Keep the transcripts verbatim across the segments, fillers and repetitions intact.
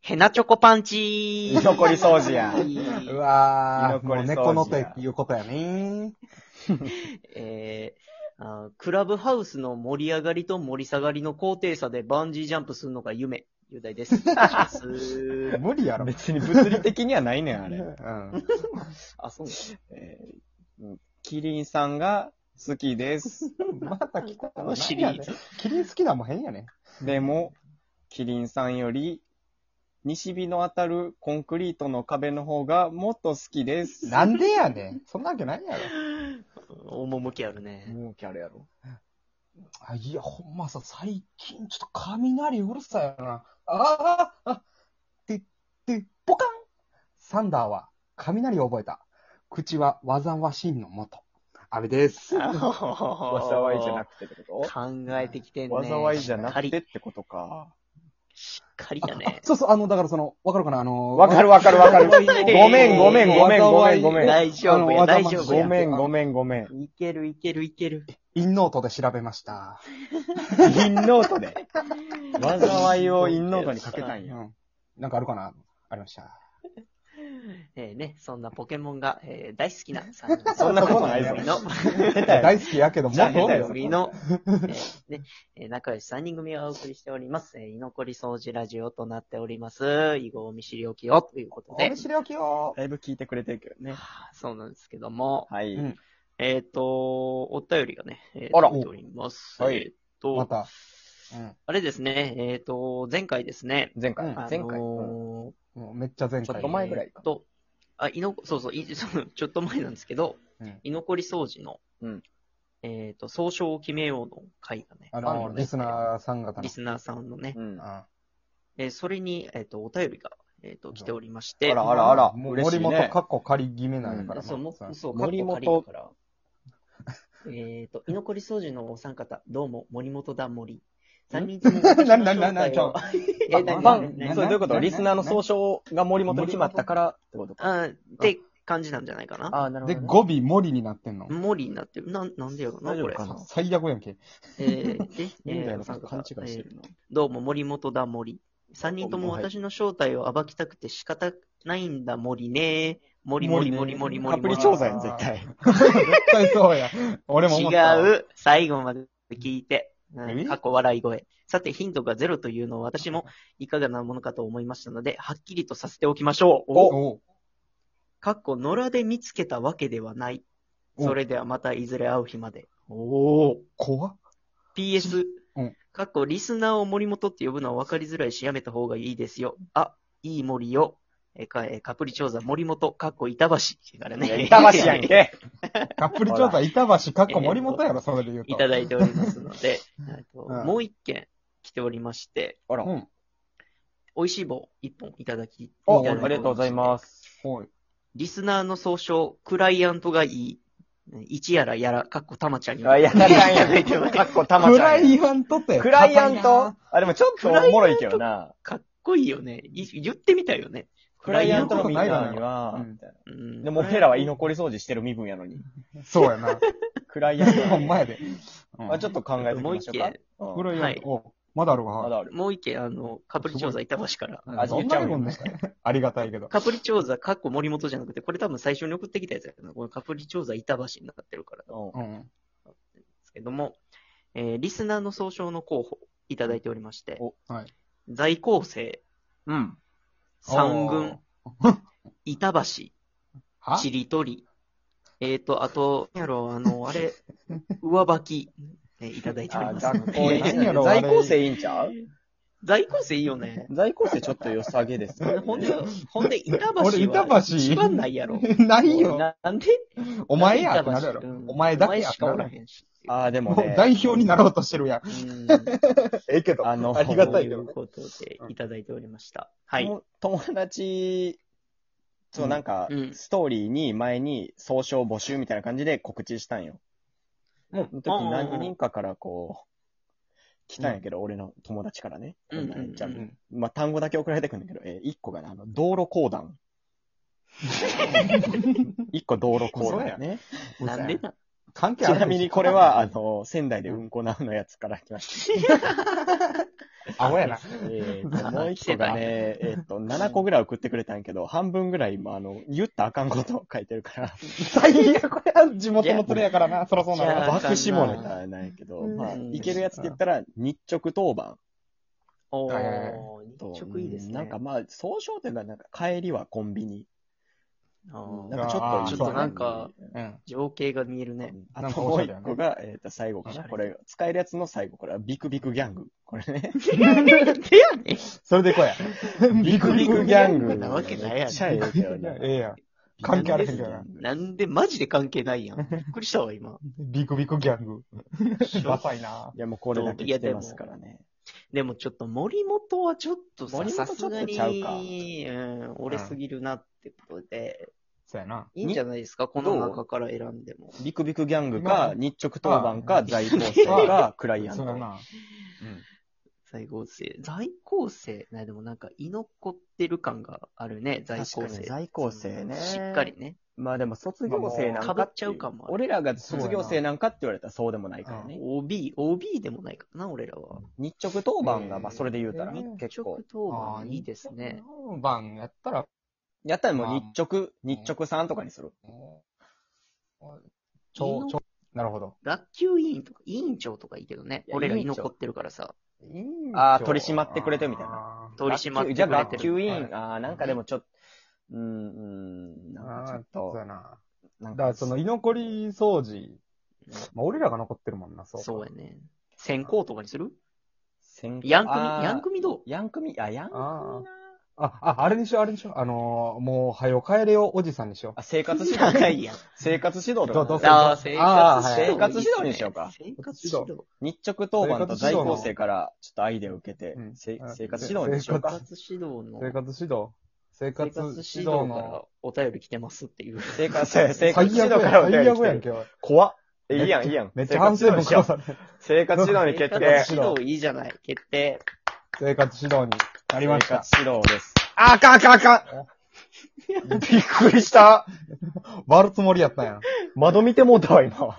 ヘナチョコパンチ居残り掃除やん。 うわー、もう居残り掃除や猫の手っていうことやね。 えーあー、クラブハウスの盛り上がりと盛り下がりの高低差でバンジージャンプするのが夢。雄大です。お願いします。 無理やろ。 別に物理的にはないねん、あれ。 うん。 あ、そうえーキリンさんが好きです。 また来たのシリーズ。 キリン好きなんも変やね。 でも、キリンさんより、西日の当たるコンクリートの壁の方がもっと好きです。 なんでやねん。そんなわけないやろ。 趣あるね。 もうキャラやろ。 あ、いや、ほんまさ、最近ちょっと雷うるさいよな。あああて、て、ポカンサンダーは雷を覚えた。口は災わしいのもと。あれです。 災いじゃなくてってこ考えてきてんとね。 災いじゃなくてしっかりってことか。 しっかりだね。 そうそう、あの、だからその、わかるかなあの、 わかるわかるわかる。ごめんごめんごめんごめんごめん。 大丈夫や、 あの大丈夫や。 ごめんごめんごめん。 いけるいけるいける。 インノートで調べました。 インノートで。災いをインノートにかけたんや。 うん。なんかあるかなありました。 えー、ね、そんなポケモンが、えー、大好きなさんにんそんなことないぞの大好きやけど、もっと下手よ組の、えーね、えー仲良しさんにん組をお送りしております。えー、居残り掃除ラジオとなっております。以後見知りおきをということでお見。知りおきよ。 だいぶ聞いてくれてるけどね。 はあそうなんですけども、 はい。 うんえっ、と、お便りがね、えー、 あら届いております。 はいえっ、と、 また。うん。 あれですね、えっ、と、前回ですね、 前回。 うんあのー前回。うんもうめっちゃ前回。 ちょっと前ぐらいかえーと、あ、いの、そうそう、いそのちょっと前なんですけど、 うん居残り掃除の、 うんえっ、と、総称を決めようの回がね、 あの、 あるんですねリスナーさん方の。 リスナーさんのね、 うん。 あえーそれに、えっ、と、お便りが、えっ、と、来ておりまして、 あらあらあらもう嬉しいね森本かっこ仮決めなんやからな。 そう、もさそう、 森本かっこ仮だから。えっと、居残り掃除のお三方、どうも、森本だ森。三人とも私のなななな正体をちょえ、 ななファン、 になになにそういうこと、リスナーの総称が森本に決まったからってことか。 あって感じなんじゃないかな。 ああ、なるほで、 どね。 語尾森になってんの。 森になってる。な、なんでやろな、これ。 大丈夫かな最悪やんけ。 えー、で、 みたいなえーお三方勘違いしてるな。 えーどうも、森本だ森。三人とも私の正体を暴きたくて仕方ないんだ森ね。森森森森森カプリ森。 調査やん、絶対。 絶対そうや。俺も思った。 違う。最後まで聞いて。うえん、過去笑い声。さて、ヒントがゼロというのを私もいかがなものかと思いましたので、はっきりとさせておきましょう。 おおかっこ野良で見つけたわけではない。 おそれではまたいずれ会う日まで。おお。 怖っ。 ピーエス。 うんかっこリスナーを森本って呼ぶのは分かりづらいしやめた方がいいですよ。あ、いい森よ。えかえカプリ調査森本、かっこ板橋。からね。 板橋やんけ。 カップリ調査板橋かっこ森本やろ、それで言うと。 いただいておりますので、えっとうんもう一件来ておりまして、 あら。 うん。 美味しい棒一本いただき、。 お、ありがとうございますす。 ほい。 リスナーの総称、クライアントがいい。一やらやら、かっこたまちゃんに。 あ、やらかんやん。かっこたまちゃんや。 クライアントって。 クライアント硬いあ、でもちょっとおもろいけどな。 かっこいいよね。い言ってみたいよね。 クライアントのみんなにはう、んみたいなうんでも俺らは居残り掃除してる身分やのに。 な。そうやな。 クライアント。 ほんまやで。 あ、ちょっと考えてみもう一ましょうか件。、 うんクライアンはいト。おまだあるわ。 まだある。 もう一件、あの、カプリ調査板橋から。 あそんなにもんね。ありがたいけど。 カプリ調査、かっこ森本じゃなくて、これ多分最初に送ってきたやつやけど、このカプリ調査板橋になってるからうんうん。 ですけども、えー、リスナーの総称の候補いただいておりまして、 おはい。 在校生、 うん。 三軍、板橋、 はちりとり、えーと、あと、なんやろ、あの、あれ、上履き、えーいただいておりあ、 ます。 学校いい何やろあれ在校生いいんちゃう在校生いいよね。 在校生ちょっと良さげですね。 ほんで、ほんで、板橋は俺板橋一番ないやろ。 ないよ。 ななんでお前やってなるやろ板橋うん。 お前だけやお前しかおってなるやらへんし。 ああ、でもね。 もう代表になろうとしてるやん。 うんええけど。 あのありがたといいけどね。 うことで、いただいておりました。はい。 友友達、そう、なんかうん、 ストーリーに前に総称募集みたいな感じで告知したんよ。 うんその時何人かからこう、来たんやけど、俺の友達からね。 うんうんこんなんじゃうんんまあ、単語だけ送られてくるんだけど、えー、一個がね、あの、道路公団。一個道路公団やね。 なんでな。 ち関係あるなみにこれは、あの、仙台でうんこなうのやつから来ました。 アホやな。 えーと、もう一個がね、えっと、ななこぐらい送ってくれたんやけど、半分ぐらい今、あの、言ったらあかんことを書いてるから、 最悪や、地元の連れやからな、そらそうなじゃあるわ。 爆下ネタなんやけど、 うんまあ、いけるやつって言ったら、日直当番おはいはいはいー、 と、 日直いいですね。 なんかまあ、総称点がなんか、帰りはコンビニ。 あー、 なんかちょっとあーいいちょっとなんか、 うん。 情景が見えるね。 あなんともう一かおしゃれやね個が、えっと、最後かな。 おしゃれこれ、使えるやつの最後。これはビクビクギャング。これね。 なんでやねん。 それでいこうや。 ビクビクギャング。 なわけないやんめっちゃええけどな。 ええやん。関係あれへんからな。 なんでマジで関係ないやん。びっくりしたわ、今。 ビクビクギャング。ダサいな。 いや、もうこれだけ来てますからね。 でもちょっと森本はちょっとさ、 森本さすがに、 ちょっとちゃうかうん、折れすぎるなってことで、 そうやな。 いいんじゃないですか、この中から選んでも。 ビクビクギャングまか、 あ日直当番か、在校生か、クライアント。 そうやな。 在校生。在校生ね、でもなんか居残ってる感があるね、在校生。 確かに在校生ねしっかりね。 まあでも卒業生なんかまあもう被っちっていうゃうかも俺らが卒業生なんかって言われたらそうでもないからね。 オービー、オービー でもないかな、俺らは。 日直当番が、まあそれで言うたら、 えー結構直。当番いいですね。 当番やったら、 やったらもうまあ日直、日直さんとかにする。 ちょ、ちょ、なるほど。 学級委員とか、委員長とかいいけどね。 いや俺ら委員長居残ってるからさ。 あー取り締まってくれてるみたいな。 取り締まってくれてるじゃあ学級委員、 はいああ、なんかでもちょっと、うーん、うーん、なんかちょっあーそうとや、な。 なんだからその居残り掃除、まあ俺らが残ってるもんな、そうか。 そうやね。先行とかにする先ヤン組あーヤン組どうヤン組あ、ヤン組あな。 あ、あ、あれにしよう、あれにしよう。あのー、もう、はよ帰れよ、おじさんにしよあ、生活指導。 長いやん。 生活指導とかどうどうせ。 ああ、生あー活指導。 生活指導にしようか生活指導。 日直当番と在校生からちょっとアイデアを受けて、 うんせうん生活指導にしよう生か。 活指導の。 う。生活指導。生生活活指導指導からの。 お便り来てますっていう。 生活、生活最指悪やん、 導からお便り最悪やん、 来てる。 今日。 怖っ。え、いいやん、いいやん。 めっちゃ反省文ください。 生活指導に決生定。 活指導いいじゃない。決定。 生活指導になりました。 生活指導です。 あかんあかんあかんびっくりした。 割るつもりやったんや。 窓見てもうたわ、今。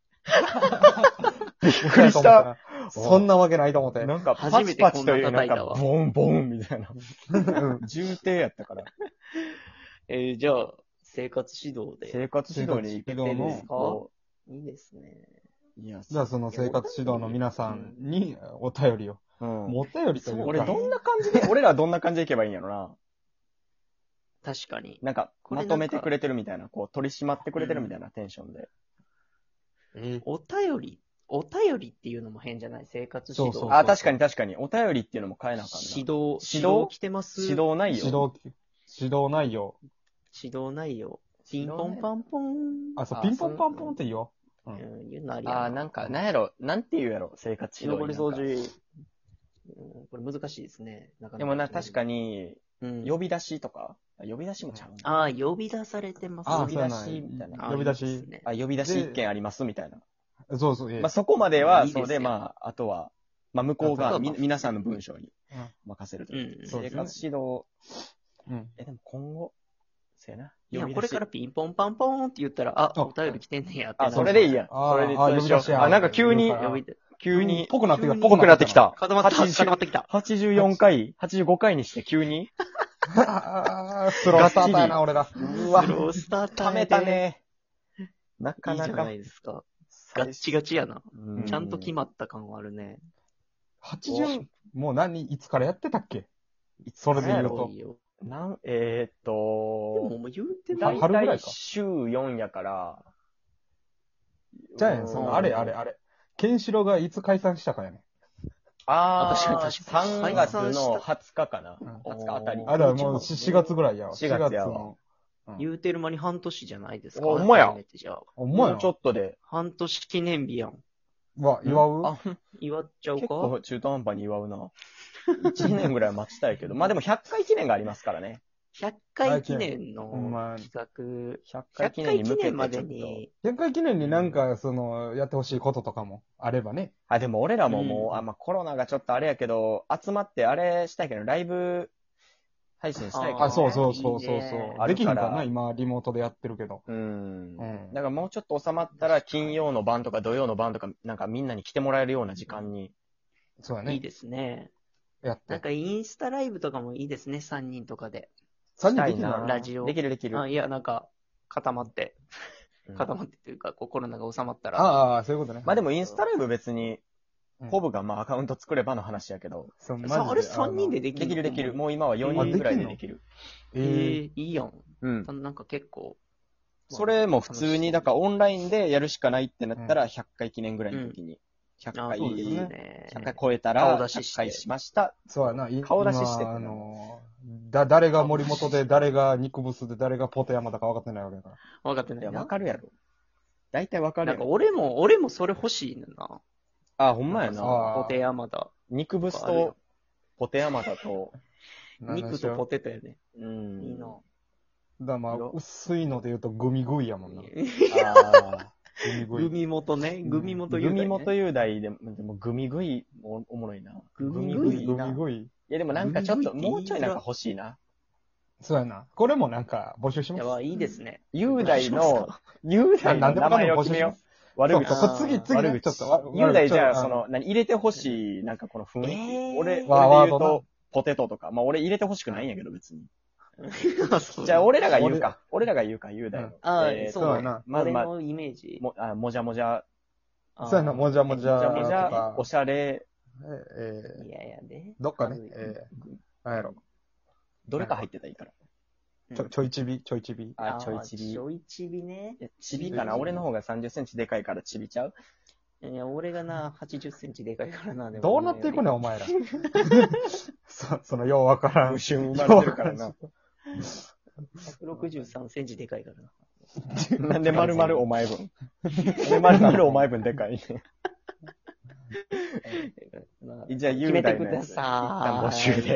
びっくりした。 そんなわけないと思って。 なんか、パ初めチパてこんなチという、なんか、 叩いたわボンボンみたいな。 うん重低やったから。 えー、じゃあ、生活指導で。 生活指導に行けてるんですかのいいですね。 いや、 じゃあその生活指導の皆さんにお便りを。 うん。 もうお便りというか。 俺どんな感じで、俺らはどんな感じでいけばいいんやろな。 確かに。 なんか、 これなんかまとめてくれてるみたいな、こう、取り締まってくれてるみたいなテンションで。 えお便り、お便りっていうのも変じゃない生活指導。 そうそうあ、確かに確かに。お便りっていうのも変えなあかんな。 指導、 指導来てます。 指導内容。 指導、指導内容。 指導内容。ピン指導内容ポンパンポン。 あ、そう、 あピンポンパンポンっていいよ。う。 うんん、言うのありやあー、なんか、なんやろ、なんて言うやろ、生活居指導残り掃になんか。 除。うん、これ難しいですね。なかなかでもな、確かに、 うん。 呼び出しとか、あ呼び出しもちゃうな。 ああ、呼び出されてます。 あ呼び出しそうなんやみたいなあー呼び出しいいですねあ、呼び出し一件ありますみたいな。 そうそう、ええまあ、そこまでは、 いいですよそうで、まあ、あとは、まあ、向こうが、みあとはまあ皆さんの文章にうん任せるという。 うんそうですね生活指導、 うん。 え、でも今後、そうやな。 いや、 呼び出しこれからピンポンパンポンって言ったら、あ、 あお便り来てんねやってなあ、 る。 それでいいやん。 あーそれで、 あそうしよう呼び出しやあ、なんか急に言う、から呼び出急に、 ぽくなってきた、 急にぽくなってきた。 固まった、 はちじゅう固まってきた。 はちじゅうよんかい、はちじゅうごかいにして急にあースロースターターやな、俺ら。 うわスロースターターためたね。なかなかいいじゃな。いですか。ガッチガチやな。 うんちゃんと決まった感はあるね。 はちじゅう、もう何、いつからやってたっけそれで言うといい。よ。 なん、えーっでもと、 もう言うてだない。 春ぐらいか週よんやから、 じゃあね、その、あれあれあれ。ケンシロウがいつ解散したかやね。 あー、 あ確かに確かにさんがつのはつかかな。 うんはつかあたり。 あ、だからもうしがつぐらいやわ。 しがつやわの。うん言うてる間に半年じゃないですか。 おほんまや初めてじゃあ。 お前もうちょっとで。 半年記念日やん。 わ、祝うあ、 祝っちゃう結か構中途半端に祝うな。いちねんぐらい待ちたいけど。まあでもひゃっかい記念がありますからね。 ひゃっかい記念のほんま企画、 ひゃっかい 100 記念回に向けて記念までちょっと。 に、 ひゃっかい記念になんか、その、やってほしいこととかもあればね。 あ、でも俺らももう、 うんあ、まあコロナがちょっとあれやけど、集まってあれしたいけど、ライブ配信したいけど、 あ、そうそうそうそういいねそう。 あるかできひんからな、今、リモートでやってるけど。 うん。 うんだからもうちょっと収まったら、金曜の晩とか土曜の晩とか、なんかみんなに来てもらえるような時間に。 そうやね。 いいですね。 やって。 なんかインスタライブとかもいいですね、さんにんとかで。 さんにんしたいな。 できるのラジオできるできる。 あいや、なんか、固まって、 うん固まってというか、こうコロナが収まったら。 ああ、そういうことね。 まあでもインスタライブ別に、 うんコブがまあアカウント作ればの話やけど、 そうマジさあれさんにんでできるできるできる。もう今はよにんぐらいでできる。 ええー、 ー、いいやん。 うん。 なんか結構。 それも普通に、だかららオンラインでやるしかないってなったら、ひゃっかい記念ぐらいの時に、ひゃっかい、 そうですねね。 ひゃっかい超えた顔ら、 出ししてひゃっかいしました。 そうやな。い顔出しして今あってなのー、だ、誰が森本で、誰が肉ブスで、誰がポテ山だか分かってないわけだから。 分かってないいや、 な。 わかるやろ。大体わかるなんかやろ。 俺も、俺もそれ欲しいねんな。 あ、ほんまやな。 なんかさあーポテ山田。 肉ブスあるよと、ポテ山だと、 肉とポテトやね。 うん。 いいな。 だからまあよ、 薄いので言うとグミグイやもんな。グあミグイ。 グミ元ね。グミー元雄大、ね。 グミ元雄大でも、でもグミ食いおおもろいな。 グミ食いグミ食いいいな。いグミグイ。 やでもなんかちょっと、 グミ食いってもうちょいなんか欲しいな。 そうやな。これもなんか募集します。 いや、いいですね。 雄大どうしのますか、 雄大の名なんでもかんで前を決めよう。 も募集します。 悪口。 そうそう次、次ね、 悪口ちょっとわ、 雄大じゃあ、 ちょっとその、何、入れてほしい、なんかこの雰囲気。 えー俺、 ワー俺で言うワードと、ポテトとか。まあ俺入れてほしくないんやけど、別に。 そうじゃあ俺らが言うか。俺らが言うか、雄大の。 ああ、 えーそうやなまずまあ、 俺のイメージ。 も、あ、もじゃもじゃ、 あーそうやな、もじゃもじゃもじゃもじとかゃ、おしゃれ、 えいやいやで。 ー、どっかね、えー、なんやろ。 どれか入ってたらいいから。 ちょ、ちょいちび、ちょいちび。 あ、ちょいちびち。ょいちびね。 いやちびかな。俺の方がさんじゅっセンチでかいからちびちゃう。 いや、俺がな、はちじゅっセンチでかいからな。でもどうなっていくねん、お前ら。そ、その、ようわからん。 無春生まれてるからな。 ひゃくろくじゅうさんセンチでかいからな。 なんで丸々お前分。なんで丸々お前分でかいね。 まあじゃあ、 決めてくだ雄大のやつさい。 一旦募集で。